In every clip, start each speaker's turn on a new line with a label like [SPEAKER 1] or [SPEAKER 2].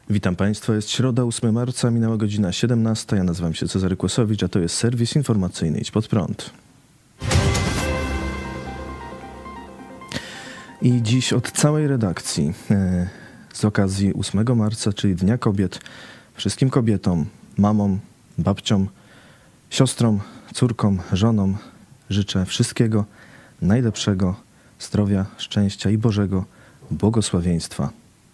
[SPEAKER 1] Witam Państwa, jest środa, 8 marca, minęła godzina 17. Ja nazywam się Cezary Kłosowicz, a to jest serwis informacyjny Idź Pod Prąd. I dziś od całej redakcji z okazji 8 marca, czyli Dnia Kobiet, wszystkim kobietom, mamom, babciom, siostrom, córkom, żonom życzę wszystkiego najlepszego, zdrowia, szczęścia i Bożego błogosławieństwa.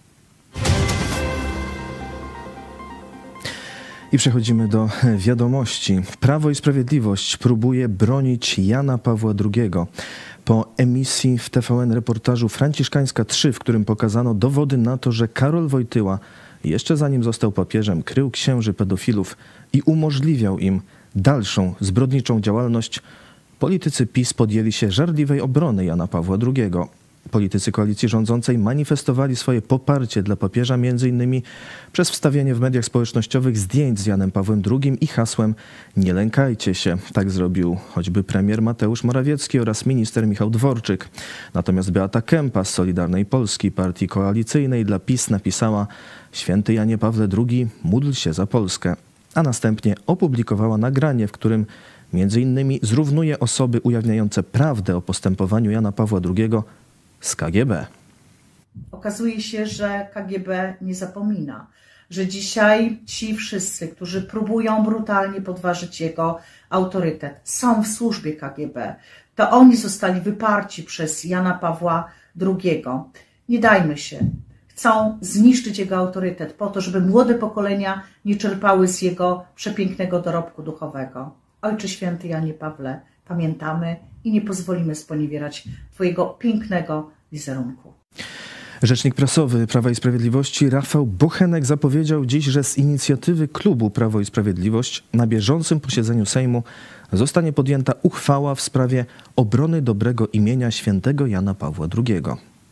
[SPEAKER 1] I przechodzimy do wiadomości. Prawo i Sprawiedliwość próbuje bronić Jana Pawła II. Po emisji w TVN reportażu Franciszkańska 3, w którym pokazano dowody na to, że Karol Wojtyła jeszcze zanim został papieżem, krył księży pedofilów i umożliwiał im dalszą zbrodniczą działalność, politycy PiS podjęli się żarliwej obrony Jana Pawła II. Politycy koalicji rządzącej manifestowali swoje poparcie dla papieża m.in. przez wstawianie w mediach społecznościowych zdjęć z Janem Pawłem II i hasłem „Nie lękajcie się”. Tak zrobił choćby premier Mateusz Morawiecki oraz minister Michał Dworczyk. Natomiast Beata Kempa z Solidarnej Polski, partii koalicyjnej dla PiS, napisała: „Święty Janie Pawle II, módl się za Polskę”. A następnie opublikowała nagranie, w którym m.in. zrównuje osoby ujawniające prawdę o postępowaniu Jana Pawła II z KGB.
[SPEAKER 2] Okazuje się, że KGB nie zapomina, że dzisiaj ci wszyscy, którzy próbują brutalnie podważyć jego autorytet, są w służbie KGB. To oni zostali wyparci przez Jana Pawła II. Nie dajmy się. Chcą zniszczyć jego autorytet po to, żeby młode pokolenia nie czerpały z jego przepięknego dorobku duchowego. Ojcze Święty Janie Pawle, pamiętamy i nie pozwolimy sponiewierać twojego pięknego wizerunku.
[SPEAKER 1] Rzecznik prasowy Prawa i Sprawiedliwości Rafał Bochenek zapowiedział dziś, że z inicjatywy klubu Prawo i Sprawiedliwość na bieżącym posiedzeniu Sejmu zostanie podjęta uchwała w sprawie obrony dobrego imienia świętego Jana Pawła II.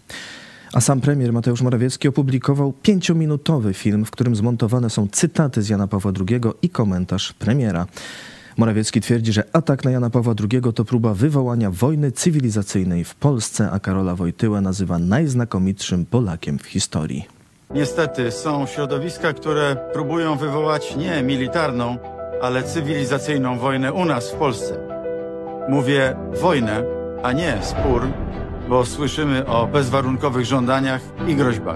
[SPEAKER 1] A sam premier Mateusz Morawiecki opublikował 5-minutowy film, w którym zmontowane są cytaty z Jana Pawła II i komentarz premiera. Morawiecki twierdzi, że atak na Jana Pawła II to próba wywołania wojny cywilizacyjnej w Polsce, a Karola Wojtyłę nazywa najznakomitszym Polakiem w historii.
[SPEAKER 3] Niestety są środowiska, które próbują wywołać nie militarną, ale cywilizacyjną wojnę u nas w Polsce. Mówię wojnę, a nie spór, bo słyszymy o bezwarunkowych żądaniach i groźbach.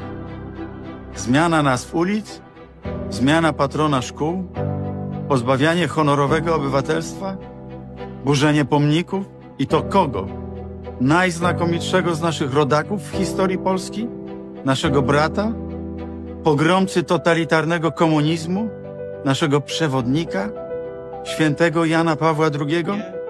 [SPEAKER 3] Zmiana nazw ulic, zmiana patrona szkół, pozbawianie honorowego obywatelstwa, burzenie pomników i to kogo? Najznakomitszego z naszych rodaków w historii Polski? Naszego brata? Pogromcy totalitarnego komunizmu? Naszego przewodnika? Świętego Jana Pawła II?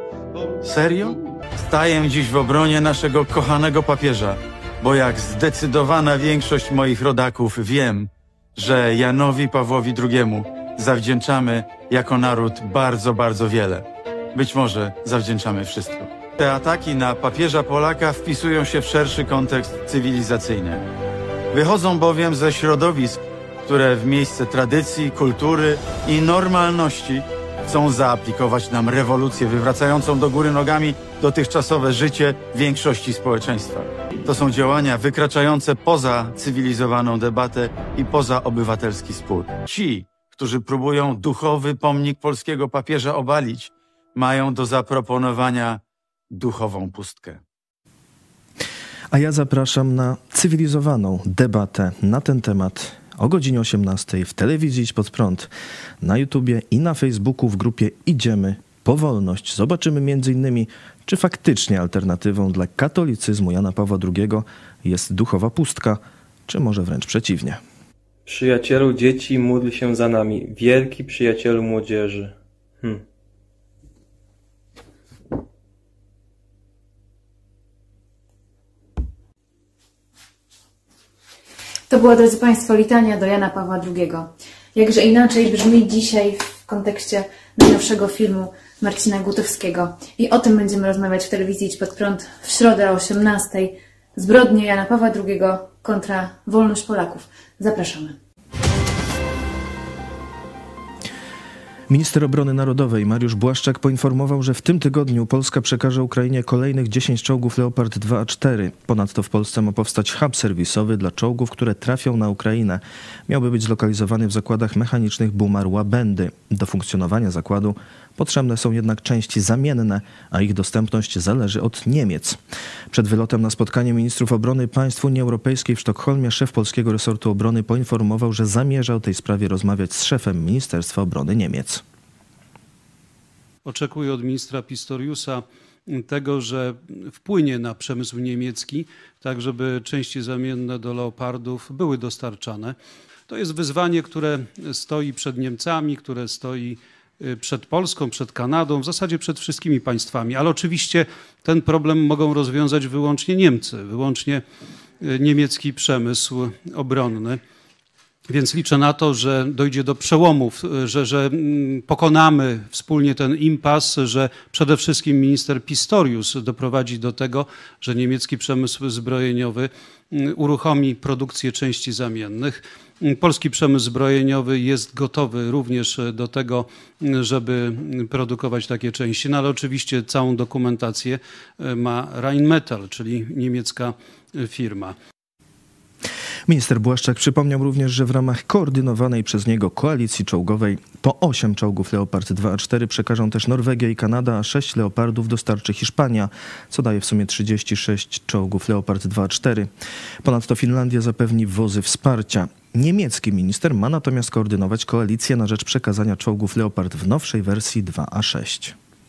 [SPEAKER 3] Serio? Staję dziś w obronie naszego kochanego papieża, bo jak zdecydowana większość moich rodaków wiem, że Janowi Pawłowi II zawdzięczamy jako naród bardzo, bardzo wiele. Być może zawdzięczamy wszystko. Te ataki na papieża Polaka wpisują się w szerszy kontekst cywilizacyjny. Wychodzą bowiem ze środowisk, które w miejsce tradycji, kultury i normalności chcą zaaplikować nam rewolucję wywracającą do góry nogami dotychczasowe życie większości społeczeństwa. To są działania wykraczające poza cywilizowaną debatę i poza obywatelski spór. Ci, którzy próbują duchowy pomnik polskiego papieża obalić, mają do zaproponowania duchową pustkę.
[SPEAKER 1] A ja zapraszam na cywilizowaną debatę na ten temat o godzinie 18 w telewizji Idź Pod Prąd, na YouTubie i na Facebooku w grupie Idziemy po wolność. Zobaczymy m.in., czy faktycznie alternatywą dla katolicyzmu Jana Pawła II jest duchowa pustka, czy może wręcz przeciwnie.
[SPEAKER 4] Przyjacielu dzieci, módl się za nami. Wielki przyjacielu młodzieży.
[SPEAKER 5] To była, drodzy Państwo, litania do Jana Pawła II. Jakże inaczej brzmi dzisiaj w kontekście najnowszego filmu Marcina Gutowskiego. I o tym będziemy rozmawiać w telewizji Idź Pod Prąd w środę o 18:00. Zbrodnie Jana Pawła II kontra wolność Polaków. Zapraszamy.
[SPEAKER 1] Minister Obrony Narodowej Mariusz Błaszczak poinformował, że w tym tygodniu Polska przekaże Ukrainie kolejnych 10 czołgów Leopard 2A4. Ponadto w Polsce ma powstać hub serwisowy dla czołgów, które trafią na Ukrainę. Miałby być zlokalizowany w zakładach mechanicznych Bumar-Łabędy. Do funkcjonowania zakładu potrzebne są jednak części zamienne, a ich dostępność zależy od Niemiec. Przed wylotem na spotkanie ministrów obrony państw Unii Europejskiej w Sztokholmie szef polskiego resortu obrony poinformował, że zamierza o tej sprawie rozmawiać z szefem Ministerstwa Obrony Niemiec.
[SPEAKER 6] Oczekuję od ministra Pistoriusa tego, że wpłynie na przemysł niemiecki, tak żeby części zamienne do Leopardów były dostarczane. To jest wyzwanie, które stoi przed Niemcami, które stoi przed Polską, przed Kanadą, w zasadzie przed wszystkimi państwami. Ale oczywiście ten problem mogą rozwiązać wyłącznie Niemcy, wyłącznie niemiecki przemysł obronny. Więc liczę na to, że dojdzie do przełomów, że pokonamy wspólnie ten impas, że przede wszystkim minister Pistorius doprowadzi do tego, że niemiecki przemysł zbrojeniowy uruchomi produkcję części zamiennych. Polski przemysł zbrojeniowy jest gotowy również do tego, żeby produkować takie części, no ale oczywiście całą dokumentację ma Rheinmetall, czyli niemiecka firma.
[SPEAKER 1] Minister Błaszczak przypomniał również, że w ramach koordynowanej przez niego koalicji czołgowej po 8 czołgów Leopard 2A4 przekażą też Norwegia i Kanada, a 6 Leopardów dostarczy Hiszpania, co daje w sumie 36 czołgów Leopard 2A4. Ponadto Finlandia zapewni wozy wsparcia. Niemiecki minister ma natomiast koordynować koalicję na rzecz przekazania czołgów Leopard w nowszej wersji 2A6.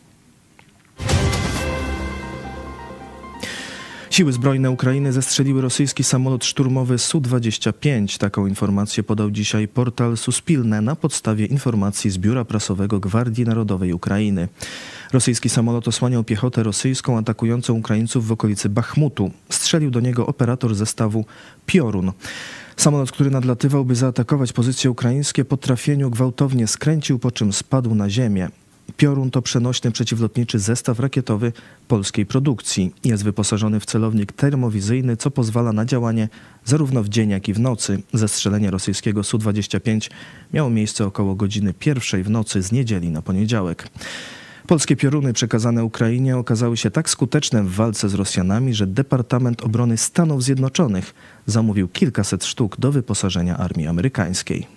[SPEAKER 1] Siły zbrojne Ukrainy zestrzeliły rosyjski samolot szturmowy Su-25. Taką informację podał dzisiaj portal Suspilne na podstawie informacji z Biura Prasowego Gwardii Narodowej Ukrainy. Rosyjski samolot osłaniał piechotę rosyjską atakującą Ukraińców w okolicy Bachmutu. Strzelił do niego operator zestawu Piorun. Samolot, który nadlatywał, by zaatakować pozycje ukraińskie, po trafieniu gwałtownie skręcił, po czym spadł na ziemię. Piorun to przenośny przeciwlotniczy zestaw rakietowy polskiej produkcji. Jest wyposażony w celownik termowizyjny, co pozwala na działanie zarówno w dzień, jak i w nocy. Zestrzelenie rosyjskiego Su-25 miało miejsce około godziny 1 w nocy z niedzieli na poniedziałek. Polskie pioruny przekazane Ukrainie okazały się tak skuteczne w walce z Rosjanami, że Departament Obrony Stanów Zjednoczonych zamówił kilkaset sztuk do wyposażenia armii amerykańskiej.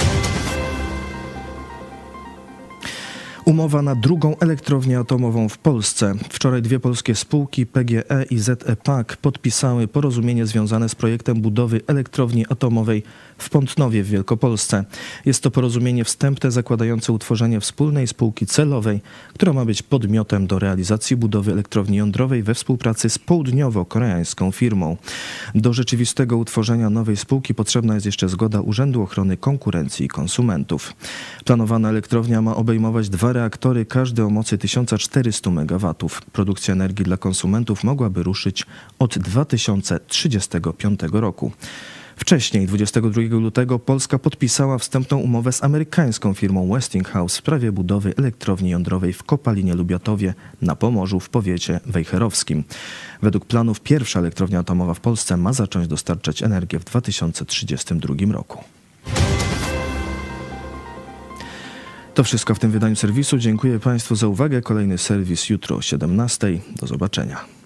[SPEAKER 1] Umowa na drugą elektrownię atomową w Polsce. Wczoraj dwie polskie spółki PGE i ZE PAK podpisały porozumienie związane z projektem budowy elektrowni atomowej w Pątnowie w Wielkopolsce. Jest to porozumienie wstępne zakładające utworzenie wspólnej spółki celowej, która ma być podmiotem do realizacji budowy elektrowni jądrowej we współpracy z południowo-koreańską firmą. Do rzeczywistego utworzenia nowej spółki potrzebna jest jeszcze zgoda Urzędu Ochrony Konkurencji i Konsumentów. Planowana elektrownia ma obejmować 2 reaktory, każdy o mocy 1400 MW. Produkcja energii dla konsumentów mogłaby ruszyć od 2035 roku. Wcześniej, 22 lutego, Polska podpisała wstępną umowę z amerykańską firmą Westinghouse w sprawie budowy elektrowni jądrowej w Kopalinie Lubiatowie na Pomorzu w powiecie wejherowskim. Według planów pierwsza elektrownia atomowa w Polsce ma zacząć dostarczać energię w 2032 roku. To wszystko w tym wydaniu serwisu. Dziękuję Państwu za uwagę. Kolejny serwis jutro o 17:00. Do zobaczenia.